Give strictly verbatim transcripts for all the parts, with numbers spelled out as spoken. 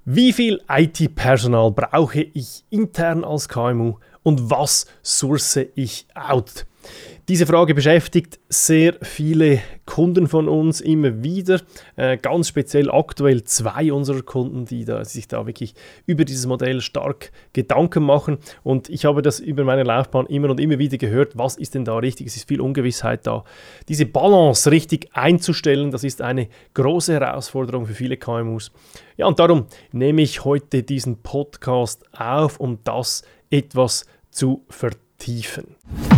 Wie viel I T-Personal brauche ich intern als K M U und was source ich out? Diese Frage beschäftigt sehr viele Kunden von uns immer wieder, äh, ganz speziell aktuell zwei unserer Kunden, die da, sich da wirklich über dieses Modell stark Gedanken machen, und ich habe das über meine Laufbahn immer und immer wieder gehört, was ist denn da richtig, es ist viel Ungewissheit da. Diese Balance richtig einzustellen, das ist eine große Herausforderung für viele K M Us. Ja, und darum nehme ich heute diesen Podcast auf, um das etwas zu vertiefen.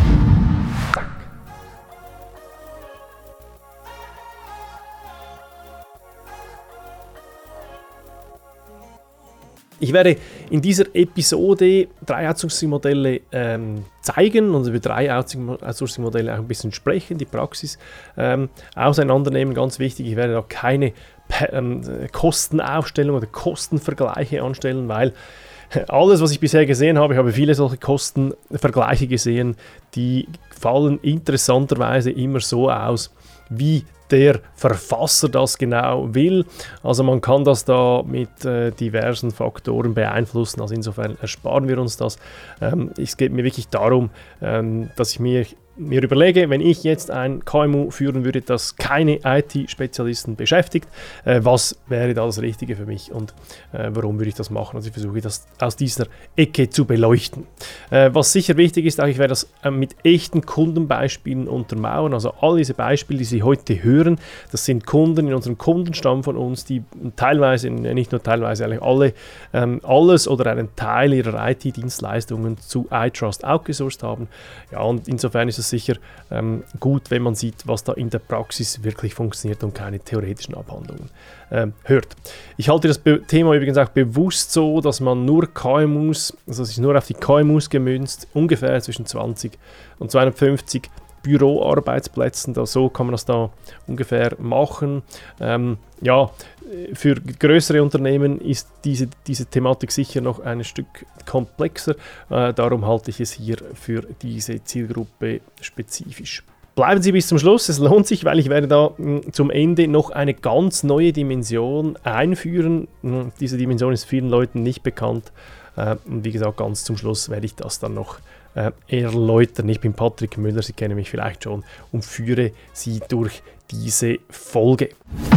Ich werde in dieser Episode drei Outsourcing-Modelle ähm, zeigen und über drei Outsourcing-Modelle auch ein bisschen sprechen, die Praxis ähm, auseinandernehmen, ganz wichtig. Ich werde da keine ähm, Kostenaufstellung oder Kostenvergleiche anstellen, weil alles, was ich bisher gesehen habe, ich habe viele solche Kostenvergleiche gesehen, die fallen interessanterweise immer so aus, wie der Verfasser das genau will. Also man kann das da mit äh, diversen Faktoren beeinflussen, also insofern ersparen wir uns das. Ähm, es geht mir wirklich darum, ähm, dass ich mir mir überlege, wenn ich jetzt ein K M U führen würde, das keine I T-Spezialisten beschäftigt, äh, was wäre da das Richtige für mich und äh, warum würde ich das machen? Also ich versuche das aus dieser Ecke zu beleuchten. Äh, was sicher wichtig ist, auch ich werde das äh, mit echten Kundenbeispielen untermauern, also all diese Beispiele, die Sie heute hören, das sind Kunden in unserem Kundenstamm von uns, die teilweise, nicht nur teilweise, eigentlich alle, ähm, alles oder einen Teil ihrer I T-Dienstleistungen zu iTrust outgesourced haben. Ja, und insofern ist es sicher ähm, gut, wenn man sieht, was da in der Praxis wirklich funktioniert und keine theoretischen Abhandlungen ähm, hört. Ich halte das Be- Thema übrigens auch bewusst so, dass man nur K M Us, also es ist nur auf die K M Us gemünzt, ungefähr zwischen zwanzig und zweihundertfünfzig Büroarbeitsplätzen, da, so kann man das da ungefähr machen. Ähm, ja, für größere Unternehmen ist diese, diese Thematik sicher noch ein Stück komplexer, äh, darum halte ich es hier für diese Zielgruppe spezifisch. Bleiben Sie bis zum Schluss, es lohnt sich, weil ich werde da mh, zum Ende noch eine ganz neue Dimension einführen. Mh, diese Dimension ist vielen Leuten nicht bekannt, äh, und wie gesagt, ganz zum Schluss werde ich das dann noch äh, erläutern. Ich bin Patrick Müller, Sie kennen mich vielleicht schon, und führe Sie durch diese Folge.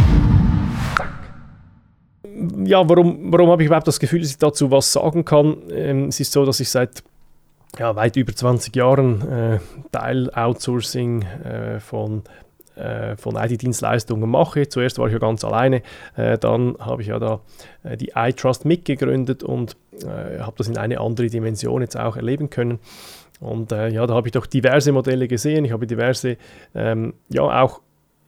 Ja, warum, warum habe ich überhaupt das Gefühl, dass ich dazu was sagen kann? Ähm, es ist so, dass ich seit ja, weit über zwanzig Jahren äh, Teil-Outsourcing äh, von, äh, von I T-Dienstleistungen mache. Zuerst war ich ja ganz alleine, äh, dann habe ich ja da äh, die iTrust mitgegründet und äh, habe das in eine andere Dimension jetzt auch erleben können. Und äh, ja, da habe ich doch diverse Modelle gesehen, ich habe diverse, ähm, ja auch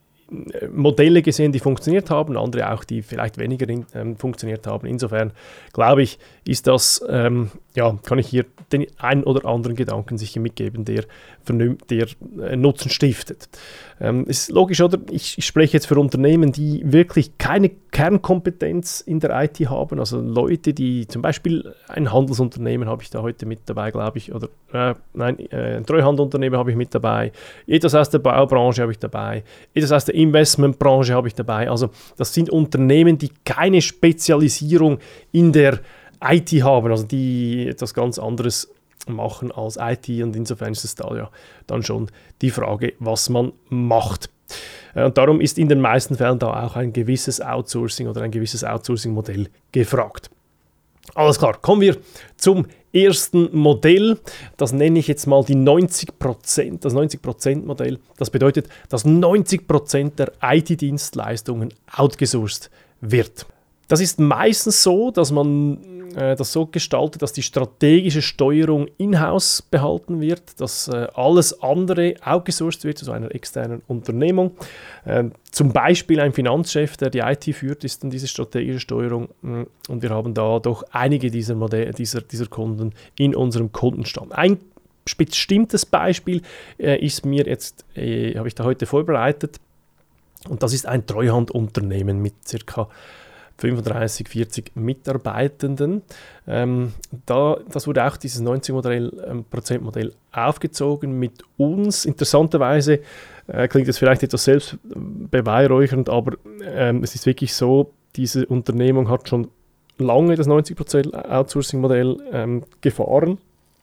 Modelle gesehen, die funktioniert haben, andere auch, die vielleicht weniger in, ähm, funktioniert haben. Insofern glaube ich, ist das, ähm, ja, kann ich hier den einen oder anderen Gedanken sicher mitgeben, der, der äh, Nutzen stiftet. Ähm, ist logisch, oder? Ich, ich spreche jetzt für Unternehmen, die wirklich keine Kernkompetenz in der I T haben, also Leute, die zum Beispiel ein Handelsunternehmen habe ich da heute mit dabei, glaube ich, oder äh, nein, äh, ein Treuhandunternehmen habe ich mit dabei, etwas aus der Baubranche habe ich dabei, etwas aus der Investmentbranche habe ich dabei. Also das sind Unternehmen, die keine Spezialisierung in der I T haben, also die etwas ganz anderes machen als I T, und insofern ist es da ja dann schon die Frage, was man macht. Und darum ist in den meisten Fällen da auch ein gewisses Outsourcing oder ein gewisses Outsourcing-Modell gefragt. Alles klar, kommen wir zum ersten Modell. Das nenne ich jetzt mal die neunzig Prozent, das neunzig Prozent Modell. Das bedeutet, dass neunzig Prozent der I T-Dienstleistungen outgesourced wird. Das ist meistens so, dass man äh, das so gestaltet, dass die strategische Steuerung in-house behalten wird, dass äh, alles andere outgesourced wird zu einer externen Unternehmung. Äh, zum Beispiel ein Finanzchef, der die I T führt, ist dann diese strategische Steuerung, mh, und wir haben da doch einige dieser, Modell, dieser, dieser Kunden in unserem Kundenstamm. Ein bestimmtes Beispiel äh, ist mir jetzt, äh, habe ich da heute vorbereitet, und das ist ein Treuhandunternehmen mit ca. fünfunddreißig, vierzig Mitarbeitenden. Ähm, da, das wurde auch dieses neunzig Prozent Modell aufgezogen mit uns. Interessanterweise äh, klingt es vielleicht etwas selbstbeweihräuchernd, aber ähm, es ist wirklich so, diese Unternehmung hat schon lange das neunzig Prozent Outsourcing-Modell ähm, gefahren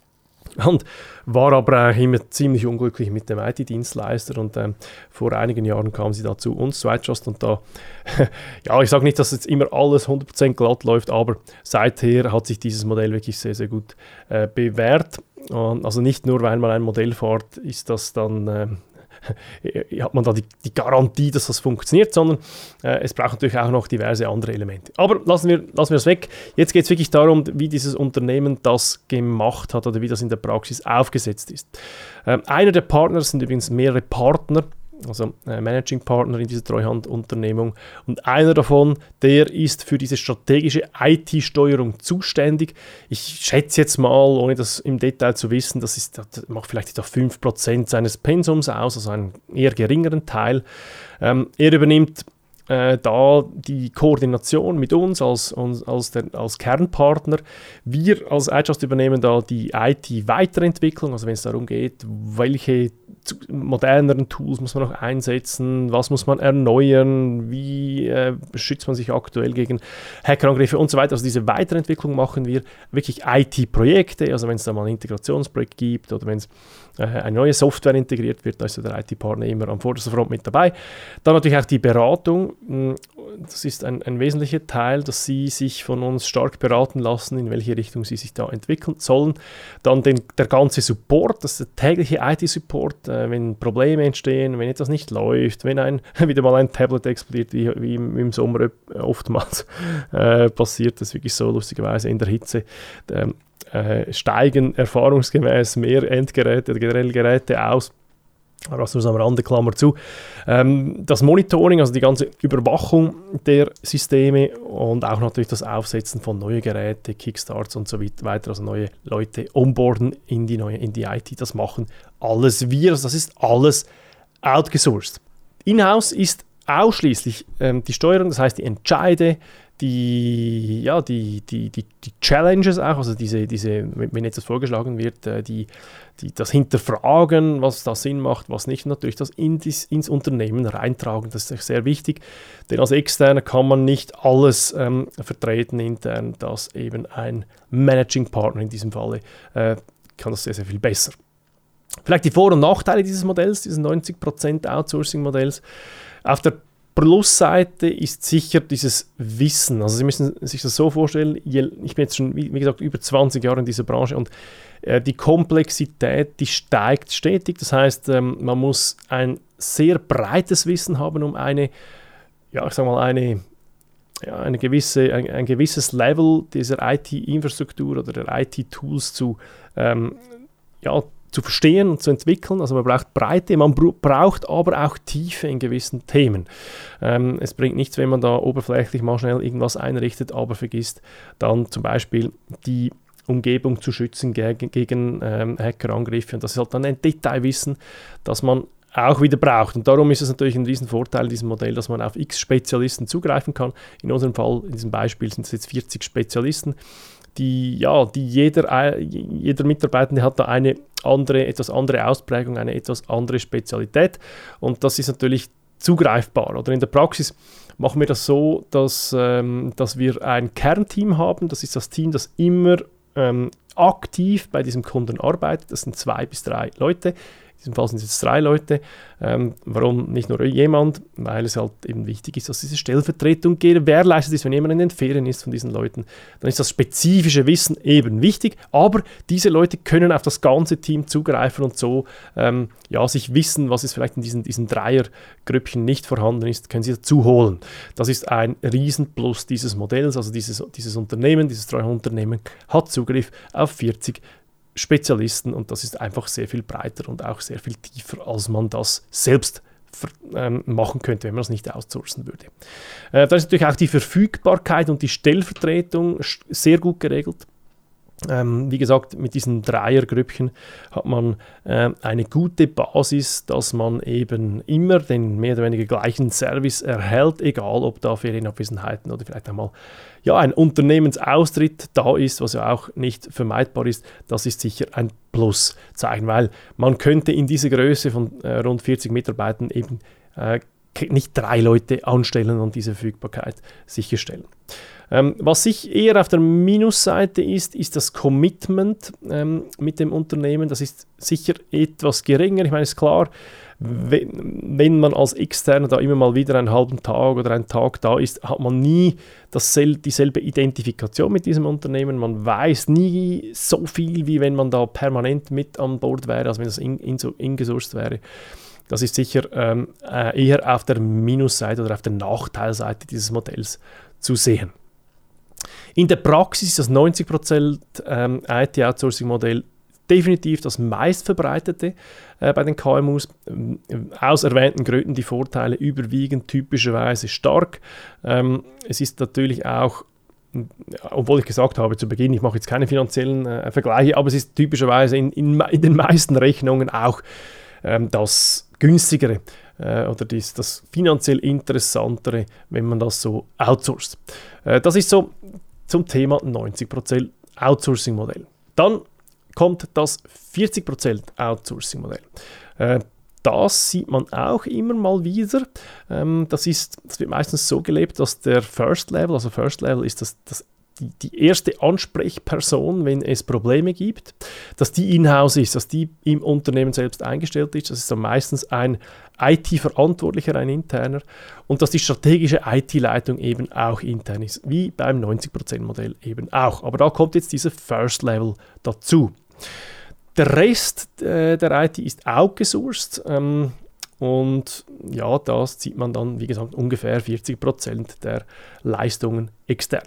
und war aber auch immer ziemlich unglücklich mit dem I T-Dienstleister und ähm, vor einigen Jahren kam sie da zu uns, zu iTrust, und da, ja, ich sage nicht, dass jetzt immer alles hundert Prozent glatt läuft, aber seither hat sich dieses Modell wirklich sehr, sehr gut äh, bewährt. Und also nicht nur, weil man ein Modell fährt, ist das dann... Äh, hat man da die, die Garantie, dass das funktioniert, sondern äh, es braucht natürlich auch noch diverse andere Elemente. Aber lassen wir, lassen wir das weg. Jetzt geht es wirklich darum, wie dieses Unternehmen das gemacht hat oder wie das in der Praxis aufgesetzt ist. Ähm, einer der Partner, das sind übrigens mehrere Partner, also äh, Managing Partner in dieser Treuhandunternehmung, und einer davon, der ist für diese strategische I T-Steuerung zuständig. Ich schätze jetzt mal, ohne das im Detail zu wissen, das, ist, das macht vielleicht etwa fünf Prozent seines Pensums aus, also einen eher geringeren Teil. Ähm, er übernimmt äh, da die Koordination mit uns als, als, als, der, als Kernpartner. Wir als iTrust übernehmen da die I T-Weiterentwicklung, also wenn es darum geht, welche moderneren Tools muss man noch einsetzen, was muss man erneuern, wie äh, schützt man sich aktuell gegen Hackerangriffe und so weiter. Also diese Weiterentwicklung machen wir, wirklich I T-Projekte, also wenn es da mal ein Integrationsprojekt gibt oder wenn es äh, eine neue Software integriert wird, da ist der I T-Partner immer am vordersten Front mit dabei. Dann natürlich auch die Beratung, das ist ein, ein wesentlicher Teil, dass Sie sich von uns stark beraten lassen, in welche Richtung Sie sich da entwickeln sollen. Dann den, der ganze Support, das ist der tägliche I T-Support, äh, wenn Probleme entstehen, wenn etwas nicht läuft, wenn ein, wieder mal ein Tablet explodiert, wie, wie im, im Sommer oftmals äh, passiert, das ist wirklich so lustigerweise in der Hitze. Ähm, äh, steigen erfahrungsgemäß mehr Endgeräte oder generell Geräte aus. Aber das nur so am Rande, Klammer zu. Ähm, das Monitoring, also die ganze Überwachung der Systeme und auch natürlich das Aufsetzen von neuen Geräten, Kickstarts und so weiter, also neue Leute onboarden in die neue, in die I T, das machen alles wir, also das ist alles outgesourced. In-house ist ausschließlich ähm, die Steuerung, das heißt die Entscheide, die, ja, die, die, die, die Challenges auch, also diese, diese, wenn etwas vorgeschlagen wird, die, die, das Hinterfragen, was da Sinn macht, was nicht, und natürlich das in dies, ins Unternehmen reintragen, das ist sehr wichtig, denn als Externer kann man nicht alles ähm, vertreten intern, dass eben ein Managing Partner in diesem Falle äh, kann das sehr, sehr viel besser. Vielleicht die Vor- und Nachteile dieses Modells, dieses neunzig Prozent Outsourcing-Modells. Auf der Plusseite ist sicher dieses Wissen. Also Sie müssen sich das so vorstellen, ich bin jetzt schon, wie gesagt, über zwanzig Jahre in dieser Branche und äh, die Komplexität, die steigt stetig. Das heißt, ähm, man muss ein sehr breites Wissen haben, um eine, ja, ich sag mal, eine, ja, eine gewisse, ein, ein gewisses Level dieser I T-Infrastruktur oder der I T-Tools zu, ähm, ja, zu verstehen und zu entwickeln. Also man braucht Breite, man br- braucht aber auch Tiefe in gewissen Themen. Ähm, es bringt nichts, wenn man da oberflächlich mal schnell irgendwas einrichtet, aber vergisst dann zum Beispiel die Umgebung zu schützen gegen, gegen ähm, Hackerangriffe. Und das ist halt dann ein Detailwissen, das man auch wieder braucht. Und darum ist es natürlich ein Riesenvorteil in diesem Modell, dass man auf x Spezialisten zugreifen kann. In unserem Fall, in diesem Beispiel, sind es jetzt vierzig Spezialisten, die, ja, die jeder, jeder Mitarbeitende hat da eine andere, etwas andere Ausprägung, eine etwas andere Spezialität, und das ist natürlich zugreifbar. Oder in der Praxis machen wir das so, dass, ähm, dass wir ein Kernteam haben, das ist das Team, das immer ähm, aktiv bei diesem Kunden arbeitet, das sind zwei bis drei Leute. In diesem Fall sind es jetzt drei Leute. Ähm, warum nicht nur jemand? Weil es halt eben wichtig ist, dass diese Stellvertretung gewährleistet ist. Wenn jemand in den Ferien ist von diesen Leuten, dann ist das spezifische Wissen eben wichtig. Aber diese Leute können auf das ganze Team zugreifen und so ähm, ja, sich wissen, was es vielleicht in diesen, diesen Dreiergrüppchen nicht vorhanden ist, können sie dazu holen. Das ist ein Riesenplus dieses Modells. Also dieses, dieses Unternehmen, dieses Treuhandunternehmen hat Zugriff auf vierzig Spezialisten, und das ist einfach sehr viel breiter und auch sehr viel tiefer, als man das selbst ähm, machen könnte, wenn man das nicht outsourcen würde. Äh, da ist natürlich auch die Verfügbarkeit und die Stellvertretung sehr gut geregelt. Ähm, wie gesagt, mit diesen Dreiergrüppchen hat man äh, eine gute Basis, dass man eben immer den mehr oder weniger gleichen Service erhält, egal ob da Ferienabwesenheiten oder vielleicht einmal ja, ein Unternehmensaustritt da ist, was ja auch nicht vermeidbar ist. Das ist sicher ein Pluszeichen, weil man könnte in dieser Größe von äh, rund vierzig Mitarbeitern eben äh, nicht drei Leute anstellen und diese Verfügbarkeit sicherstellen. Ähm, was sich eher auf der Minusseite ist, ist das Commitment ähm, mit dem Unternehmen. Das ist sicher etwas geringer. Ich meine, es ist klar, wenn, wenn man als Externer da immer mal wieder einen halben Tag oder einen Tag da ist, hat man nie dasselbe, dieselbe Identifikation mit diesem Unternehmen. Man weiß nie so viel, wie wenn man da permanent mit an Bord wäre, als wenn das in, in so ingesourced wäre. Das ist sicher ähm, eher auf der Minusseite oder auf der Nachteilseite dieses Modells zu sehen. In der Praxis ist das neunzig Prozent ähm, I T-Outsourcing-Modell definitiv das meistverbreitete äh, bei den K M Us. Ähm, aus erwähnten Gründen die Vorteile überwiegen typischerweise stark. Ähm, es ist natürlich auch, obwohl ich gesagt habe zu Beginn, ich mache jetzt keine finanziellen äh, Vergleiche, aber es ist typischerweise in, in, in den meisten Rechnungen auch ähm, das günstigere äh, oder dies, das finanziell interessantere, wenn man das so outsourced. Äh, das ist so zum Thema neunzig Prozent Outsourcing-Modell. Dann kommt das vierzig Prozent Outsourcing-Modell. Äh, das sieht man auch immer mal wieder. Ähm, das, ist, das wird meistens so gelebt, dass der First Level, also First Level ist das, das die, die erste Ansprechperson, wenn es Probleme gibt, dass die in-house ist, dass die im Unternehmen selbst eingestellt ist. Das ist dann meistens ein I T-Verantwortlicher, ein interner, und dass die strategische I T-Leitung eben auch intern ist, wie beim neunzig Prozent Modell eben auch. Aber da kommt jetzt dieser First Level dazu. Der Rest äh, der I T ist outgesourced ähm, und ja, das zieht man dann, wie gesagt, ungefähr vierzig Prozent der Leistungen extern.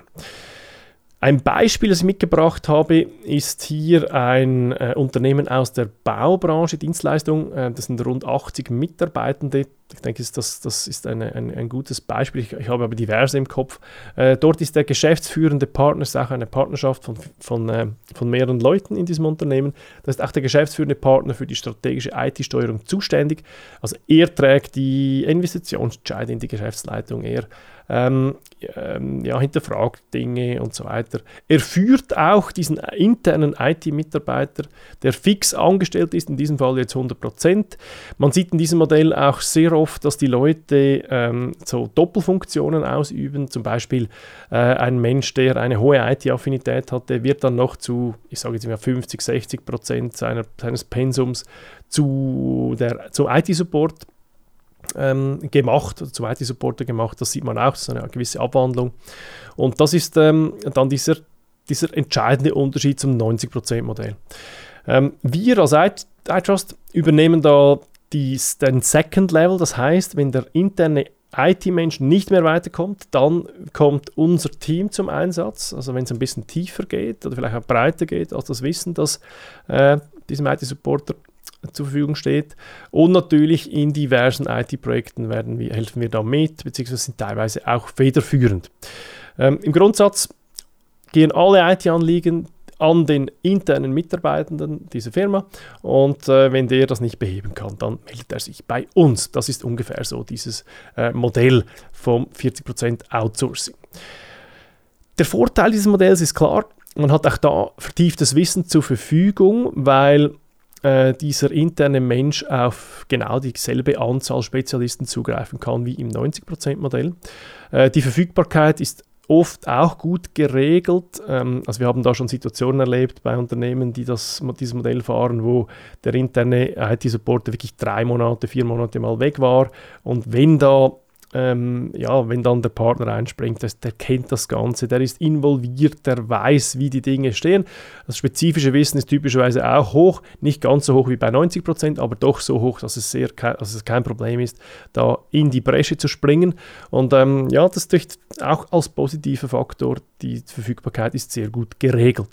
Ein Beispiel, das ich mitgebracht habe, ist hier ein äh, Unternehmen aus der Baubranche, Dienstleistung. Äh, das sind rund achtzig Mitarbeitende. Ich denke, das, das ist eine, ein, ein gutes Beispiel. Ich, ich habe aber diverse im Kopf. Äh, dort ist der geschäftsführende Partner, ist auch eine Partnerschaft von, von, äh, von mehreren Leuten in diesem Unternehmen. Da ist auch der geschäftsführende Partner für die strategische I T-Steuerung zuständig. Also er trägt die Investitionsentscheide in die Geschäftsleitung. Er ähm, ähm, ja, hinterfragt Dinge und so weiter. Er führt auch diesen internen I T-Mitarbeiter, der fix angestellt ist, in diesem Fall jetzt hundert Prozent. Man sieht in diesem Modell auch sehr oft, dass die Leute ähm, so Doppelfunktionen ausüben. Zum Beispiel äh, ein Mensch, der eine hohe I T-Affinität hat, der wird dann noch zu, ich sage jetzt mal fünfzig, sechzig Prozent seiner, seines Pensums zu der, zum I T-Support ähm, gemacht, also zum I T-Supporter gemacht. Das sieht man auch, das ist eine gewisse Abwandlung. Und das ist ähm, dann dieser, dieser entscheidende Unterschied zum neunzig Prozent Modell. Ähm, wir als iTrust übernehmen da die, den Second Level, das heißt, wenn der interne I T-Mensch nicht mehr weiterkommt, dann kommt unser Team zum Einsatz. Also wenn es ein bisschen tiefer geht oder vielleicht auch breiter geht als das Wissen, das äh, diesem I T-Supporter zur Verfügung steht. Und natürlich in diversen I T-Projekten werden wir, helfen wir da mit, beziehungsweise sind teilweise auch federführend. Ähm, Im Grundsatz gehen alle I T-Anliegen an den internen Mitarbeitenden dieser Firma, und äh, wenn der das nicht beheben kann, dann meldet er sich bei uns. Das ist ungefähr so dieses äh, Modell vom vierzig Prozent Outsourcing. Der Vorteil dieses Modells ist klar, man hat auch da vertieftes Wissen zur Verfügung, weil äh, dieser interne Mensch auf genau dieselbe Anzahl Spezialisten zugreifen kann wie im neunzig Prozent Modell. Äh, die Verfügbarkeit ist oft auch gut geregelt. Ähm, also wir haben da schon Situationen erlebt bei Unternehmen, die das, dieses Modell fahren, wo der interne I T-Supporter wirklich drei Monate, vier Monate mal weg war, und wenn da Ähm, ja, wenn dann der Partner einspringt, der, der kennt das Ganze, der ist involviert, der weiß, wie die Dinge stehen. Das spezifische Wissen ist typischerweise auch hoch, nicht ganz so hoch wie bei neunzig Prozent, aber doch so hoch, dass es, sehr, dass es kein Problem ist, da in die Bresche zu springen. Und ähm, ja, das ist auch als positiver Faktor, die Verfügbarkeit ist sehr gut geregelt.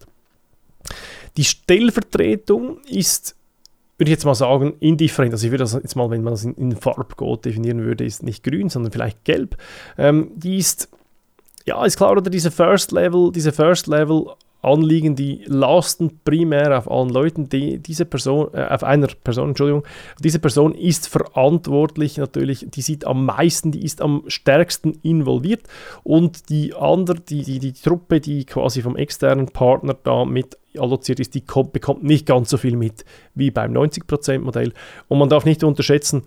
Die Stellvertretung ist, würde ich jetzt mal sagen, indifferent. Also ich würde das jetzt mal, wenn man das in, in Farbcode definieren würde, ist nicht grün, sondern vielleicht gelb. Ähm, die ist, ja, ist klar, oder diese First Level, diese First Level Anliegen, die lasten primär auf allen Leuten, die diese Person, äh, auf einer Person, Entschuldigung, diese Person ist verantwortlich natürlich, die sieht am meisten, die ist am stärksten involviert, und die andere, die, die, die Truppe, die quasi vom externen Partner da mit alloziert ist, die kommt, bekommt nicht ganz so viel mit wie beim neunzig Prozent Modell. Und man darf nicht unterschätzen,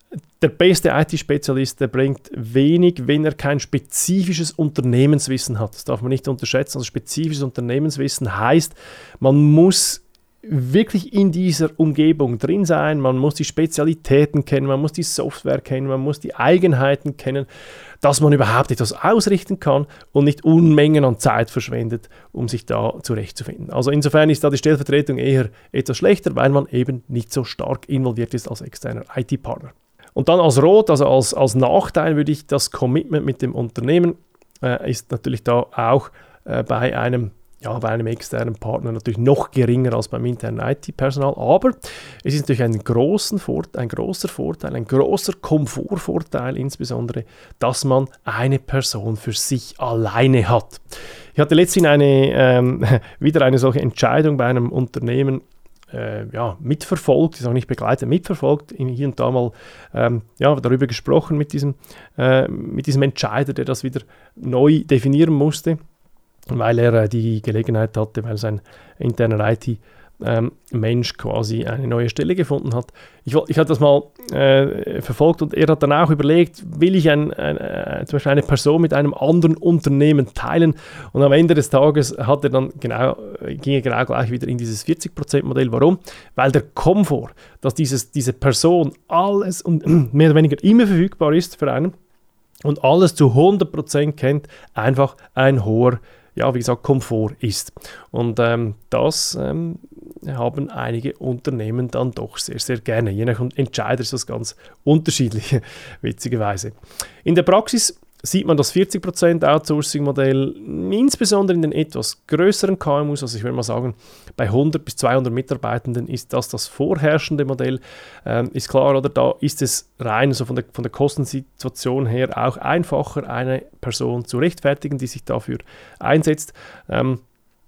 der beste I T-Spezialist, der bringt wenig, wenn er kein spezifisches Unternehmenswissen hat. Das darf man nicht unterschätzen. Also spezifisches Unternehmenswissen heißt, man muss wirklich in dieser Umgebung drin sein, man muss die Spezialitäten kennen, man muss die Software kennen, man muss die Eigenheiten kennen, dass man überhaupt etwas ausrichten kann und nicht Unmengen an Zeit verschwendet, um sich da zurechtzufinden. Also insofern ist da die Stellvertretung eher etwas schlechter, weil man eben nicht so stark involviert ist als externer I T-Partner. Und dann als Rot, also als, als Nachteil würde ich das Commitment mit dem Unternehmen äh, ist natürlich da auch äh, bei einem Ja, bei einem externen Partner natürlich noch geringer als beim internen I T-Personal, aber es ist natürlich ein, großen Vort- ein großer Vorteil, ein großer Komfortvorteil insbesondere, dass man eine Person für sich alleine hat. Ich hatte letztens eine, ähm, wieder eine solche Entscheidung bei einem Unternehmen äh, ja, mitverfolgt, ist auch nicht begleitet, mitverfolgt, hier und da mal ähm, ja, darüber gesprochen mit diesem, äh, mit diesem Entscheider, der das wieder neu definieren musste, weil er äh, die Gelegenheit hatte, weil sein interner I T-Mensch ähm, quasi eine neue Stelle gefunden hat. Ich, ich hatte das mal äh, verfolgt und er hat dann auch überlegt, will ich ein, ein, äh, zum Beispiel eine Person mit einem anderen Unternehmen teilen, und am Ende des Tages hat er dann genau, ging er genau gleich wieder in dieses vierzig Prozent Modell. Warum? Weil der Komfort, dass dieses, diese Person alles und mehr oder weniger immer verfügbar ist für einen und alles zu hundert Prozent kennt, einfach ein hoher, ja, wie gesagt, Komfort ist. Und ähm, das ähm, haben einige Unternehmen dann doch sehr, sehr gerne. Je nach Entscheider ist das ganz unterschiedlich, witzigerweise. In der Praxis sieht man das vierzig Prozent Outsourcing-Modell, insbesondere in den etwas größeren K M Us, also ich würde mal sagen, bei hundert bis zweihundert Mitarbeitenden ist das das vorherrschende Modell. Ähm, ist klar, oder da ist es rein so von der, von der Kostensituation her auch einfacher, eine Person zu rechtfertigen, die sich dafür einsetzt. Ähm,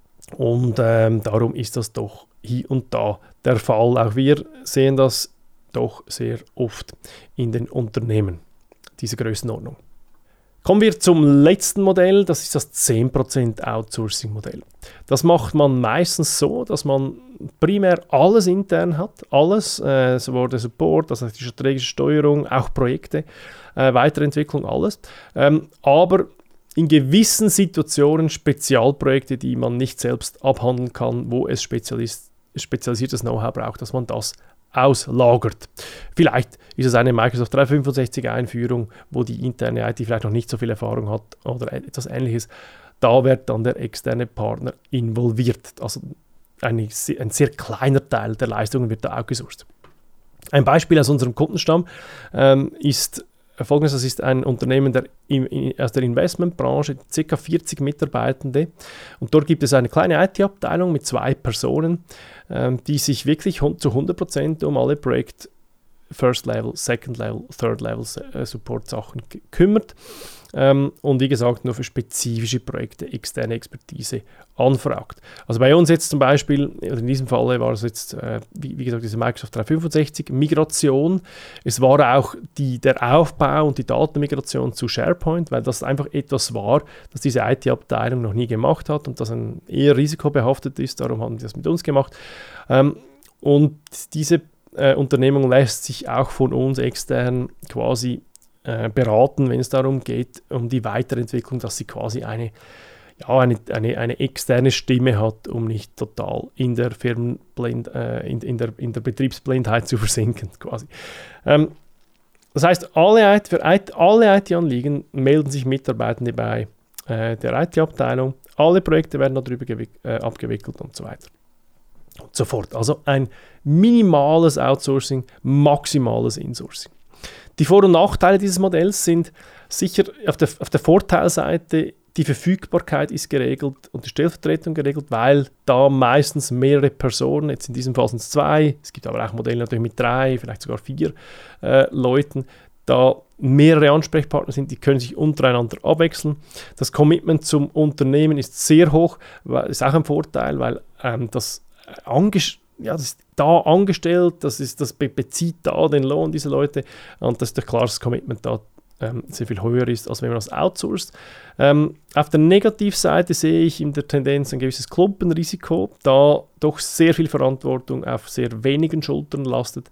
und ähm, darum ist das doch hier und da der Fall. Auch wir sehen das doch sehr oft in den Unternehmen, diese Größenordnung. Kommen wir zum letzten Modell, das ist das zehn Prozent Outsourcing-Modell. Das macht man meistens so, dass man primär alles intern hat, alles, äh, sowohl der Support, also die strategische Steuerung, auch Projekte, äh, Weiterentwicklung, alles. Ähm, aber in gewissen Situationen Spezialprojekte, die man nicht selbst abhandeln kann, wo es Spezialist, spezialisiertes Know-how braucht, dass man das auslagert. Vielleicht ist es eine Microsoft dreihundertfünfundsechzig Einführung, wo die interne I T vielleicht noch nicht so viel Erfahrung hat oder etwas Ähnliches. Da wird dann der externe Partner involviert. Also eine, ein sehr kleiner Teil der Leistungen wird da outgesourced. Ein Beispiel aus unserem Kundenstamm ähm, ist folgendes: Das ist ein Unternehmen der, in, in, aus der Investmentbranche, ca. vierzig Mitarbeitende. Und dort gibt es eine kleine I T-Abteilung mit zwei Personen, ähm, die sich wirklich zu hundert Prozent um alle Projekt First Level, Second Level, Third Level äh, Support Sachen k- kümmert. Ähm, und wie gesagt, nur für spezifische Projekte externe Expertise anfragt. Also bei uns jetzt zum Beispiel, oder in diesem Fall war es jetzt, äh, wie, wie gesagt, diese Microsoft dreihundertfünfundsechzig Migration. Es war auch die, der Aufbau und die Datenmigration zu SharePoint, weil das einfach etwas war, das diese I T-Abteilung noch nie gemacht hat und das ein eher risikobehaftet ist. Darum haben die das mit uns gemacht. Ähm, und diese äh, Unternehmung lässt sich auch von uns extern quasi beraten, wenn es darum geht, um die Weiterentwicklung, dass sie quasi eine, ja, eine, eine, eine externe Stimme hat, um nicht total in der Firmenblind, äh, in, in, der, in der Betriebsblindheit zu versinken. Quasi. Ähm, das heißt, alle, für alle I T-Anliegen melden sich Mitarbeitende bei äh, der I T-Abteilung, alle Projekte werden darüber gewick- äh, abgewickelt und so weiter. Und so fort. Also ein minimales Outsourcing, maximales Insourcing. Die Vor- und Nachteile dieses Modells sind sicher auf der, auf der Vorteilseite, die Verfügbarkeit ist geregelt und die Stellvertretung geregelt, weil da meistens mehrere Personen, jetzt in diesem Fall sind es zwei, es gibt aber auch Modelle natürlich mit drei, vielleicht sogar vier äh, Leuten, da mehrere Ansprechpartner sind, die können sich untereinander abwechseln. Das Commitment zum Unternehmen ist sehr hoch, ist auch ein Vorteil, weil ähm, das Angestellte Ja, das ist da angestellt, das, ist, das bezieht da den Lohn dieser Leute und das ist doch klar, dass das Commitment da ähm, sehr viel höher ist, als wenn man das outsourced. Ähm, auf der Negativseite sehe ich in der Tendenz ein gewisses Klumpenrisiko, da doch sehr viel Verantwortung auf sehr wenigen Schultern lastet.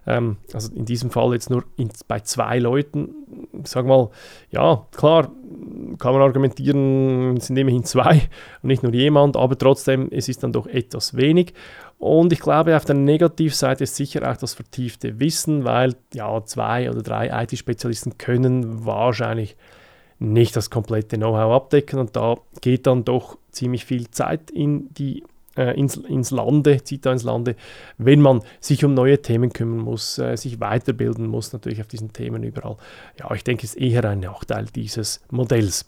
ähm, also in diesem Fall jetzt nur in, bei zwei Leuten, sag mal, ja, klar, kann man argumentieren, es sind immerhin zwei und nicht nur jemand, aber trotzdem, es ist dann doch etwas wenig. Und ich glaube, auf der Negativseite ist sicher auch das vertiefte Wissen, weil ja, zwei oder drei I T-Spezialisten können wahrscheinlich nicht das komplette Know-how abdecken und da geht dann doch ziemlich viel Zeit in die, äh, ins, ins Lande, zieht da ins Lande, wenn man sich um neue Themen kümmern muss, äh, sich weiterbilden muss, natürlich auf diesen Themen überall. Ja, ich denke, es ist eher ein Nachteil dieses Modells.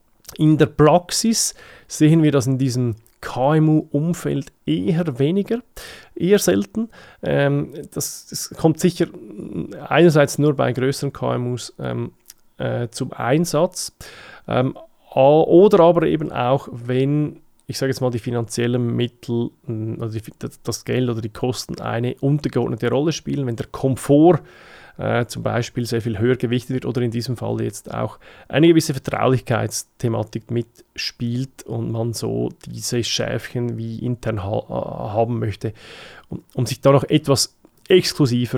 In der Praxis sehen wir das in diesem K M U-Umfeld eher weniger, eher selten. Ähm, das, das kommt sicher einerseits nur bei größeren K M Us ähm, äh, zum Einsatz ähm, oder aber eben auch, wenn, ich sage jetzt mal, die finanziellen Mittel, also die, das Geld oder die Kosten eine untergeordnete Rolle spielen, wenn der Komfort Äh, zum Beispiel sehr viel höher gewichtet wird oder in diesem Fall jetzt auch eine gewisse Vertraulichkeitsthematik mitspielt und man so diese Schäfchen wie intern ha- haben möchte, um, um sich da noch etwas exklusiver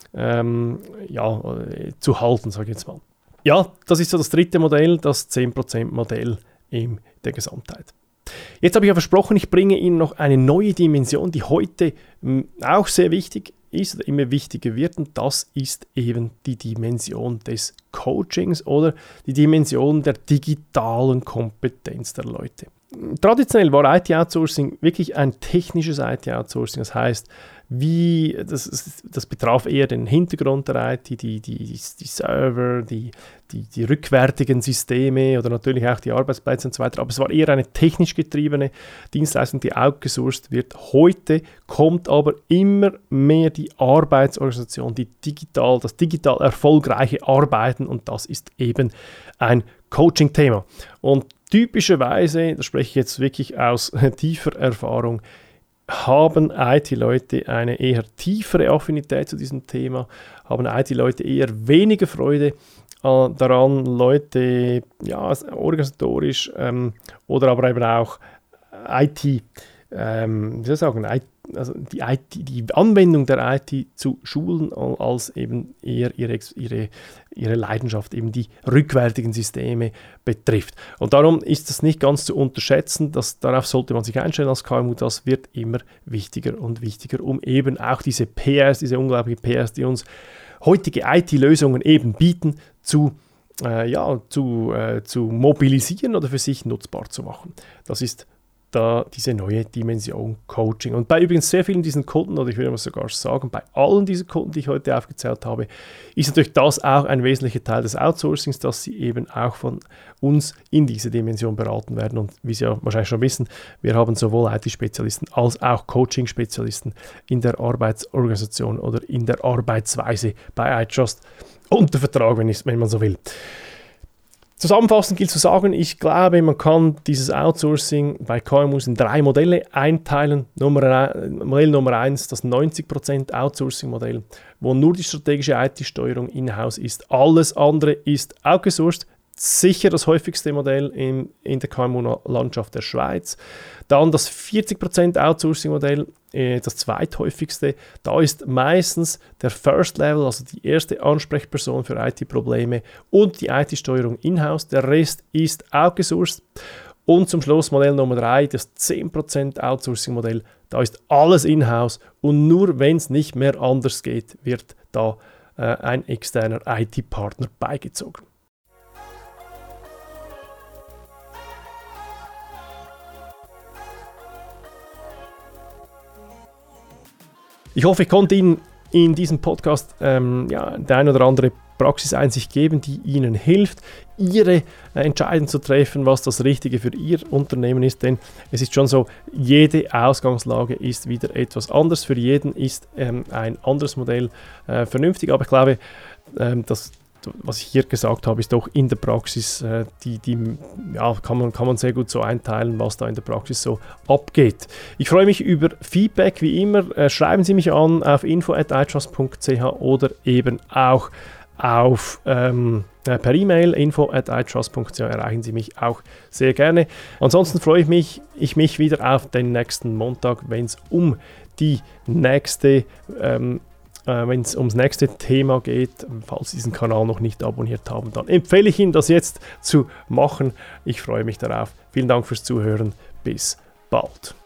ähm, ja, äh, zu halten, sage ich jetzt mal. Ja, das ist so das dritte Modell, das zehn Prozent Modell in der Gesamtheit. Jetzt habe ich ja versprochen, ich bringe Ihnen noch eine neue Dimension, die heute mh, auch sehr wichtig ist oder immer wichtiger wird, und das ist eben die Dimension des Coachings oder die Dimension der digitalen Kompetenz der Leute. Traditionell war I T-Outsourcing wirklich ein technisches I T-Outsourcing, das heißt, wie, das, das betraf eher den Hintergrund der I T, die, die, die, die Server, die, die, die rückwärtigen Systeme oder natürlich auch die Arbeitsplätze und so weiter, aber es war eher eine technisch getriebene Dienstleistung, die outgesourced wird. Heute kommt aber immer mehr die Arbeitsorganisation, die digital, das digital erfolgreiche Arbeiten, und das ist eben ein Coaching-Thema. Und typischerweise, da spreche ich jetzt wirklich aus tiefer Erfahrung, haben I T-Leute eine eher tiefere Affinität zu diesem Thema, haben I T-Leute eher weniger Freude äh, daran, Leute ja, organisatorisch ähm, oder aber eben auch I T, ähm, wie soll ich sagen, I T, also die, I T, die Anwendung der I T zu schulen, als eben eher ihre, ihre, ihre Leidenschaft, eben die rückwärtigen Systeme betrifft. Und darum ist es nicht ganz zu unterschätzen, dass, darauf sollte man sich einstellen als K M U, das wird immer wichtiger und wichtiger, um eben auch diese P Rs, diese unglaubliche P Rs, die uns heutige I T-Lösungen eben bieten, zu äh, ja, zu, äh, zu mobilisieren oder für sich nutzbar zu machen. Das ist da diese neue Dimension Coaching. Und bei übrigens sehr vielen diesen Kunden, oder ich würde mal sogar sagen, bei allen diesen Kunden, die ich heute aufgezählt habe, ist natürlich das auch ein wesentlicher Teil des Outsourcings, dass sie eben auch von uns in diese Dimension beraten werden. Und wie Sie ja wahrscheinlich schon wissen, wir haben sowohl I T-Spezialisten als auch Coaching-Spezialisten in der Arbeitsorganisation oder in der Arbeitsweise bei iTrust unter Vertrag, wenn, ich, wenn man so will. Zusammenfassend gilt zu sagen, ich glaube, man kann dieses Outsourcing bei K M Us in drei Modelle einteilen. Nummer, Modell Nummer eins, das neunzig Prozent Outsourcing-Modell, wo nur die strategische I T-Steuerung in-house ist. Alles andere ist outgesourced. Sicher das häufigste Modell in, in der K M U-Landschaft der Schweiz. Dann das vierzig Prozent Outsourcing-Modell, äh, das zweithäufigste. Da ist meistens der First Level, also die erste Ansprechperson für I T-Probleme und die I T-Steuerung in-house. Der Rest ist outgesourced. Und zum Schluss Modell Nummer drei, das zehn Prozent Outsourcing-Modell. Da ist alles in-house und nur wenn es nicht mehr anders geht, wird da äh, ein externer I T-Partner beigezogen. Ich hoffe, ich konnte Ihnen in diesem Podcast ähm, ja, die eine oder andere Praxiseinsicht geben, die Ihnen hilft, Ihre äh, Entscheidung zu treffen, was das Richtige für Ihr Unternehmen ist. Denn es ist schon so, jede Ausgangslage ist wieder etwas anders. Für jeden ist ähm, ein anderes Modell äh, vernünftig. Aber ich glaube, ähm, dass was ich hier gesagt habe, ist doch in der Praxis, äh, die, die ja, kann man, kann man sehr gut so einteilen, was da in der Praxis so abgeht. Ich freue mich über Feedback, wie immer. Äh, schreiben Sie mich an auf info at itrust punkt c h oder eben auch auf ähm, äh, per E-Mail info at itrust punkt c h erreichen Sie mich auch sehr gerne. Ansonsten freue ich mich, ich mich wieder auf den nächsten Montag, wenn es um die nächste ähm, äh, wenn es ums nächste Thema geht. Falls Sie diesen Kanal noch nicht abonniert haben, dann empfehle ich Ihnen, das jetzt zu machen. Ich freue mich darauf. Vielen Dank fürs Zuhören. Bis bald.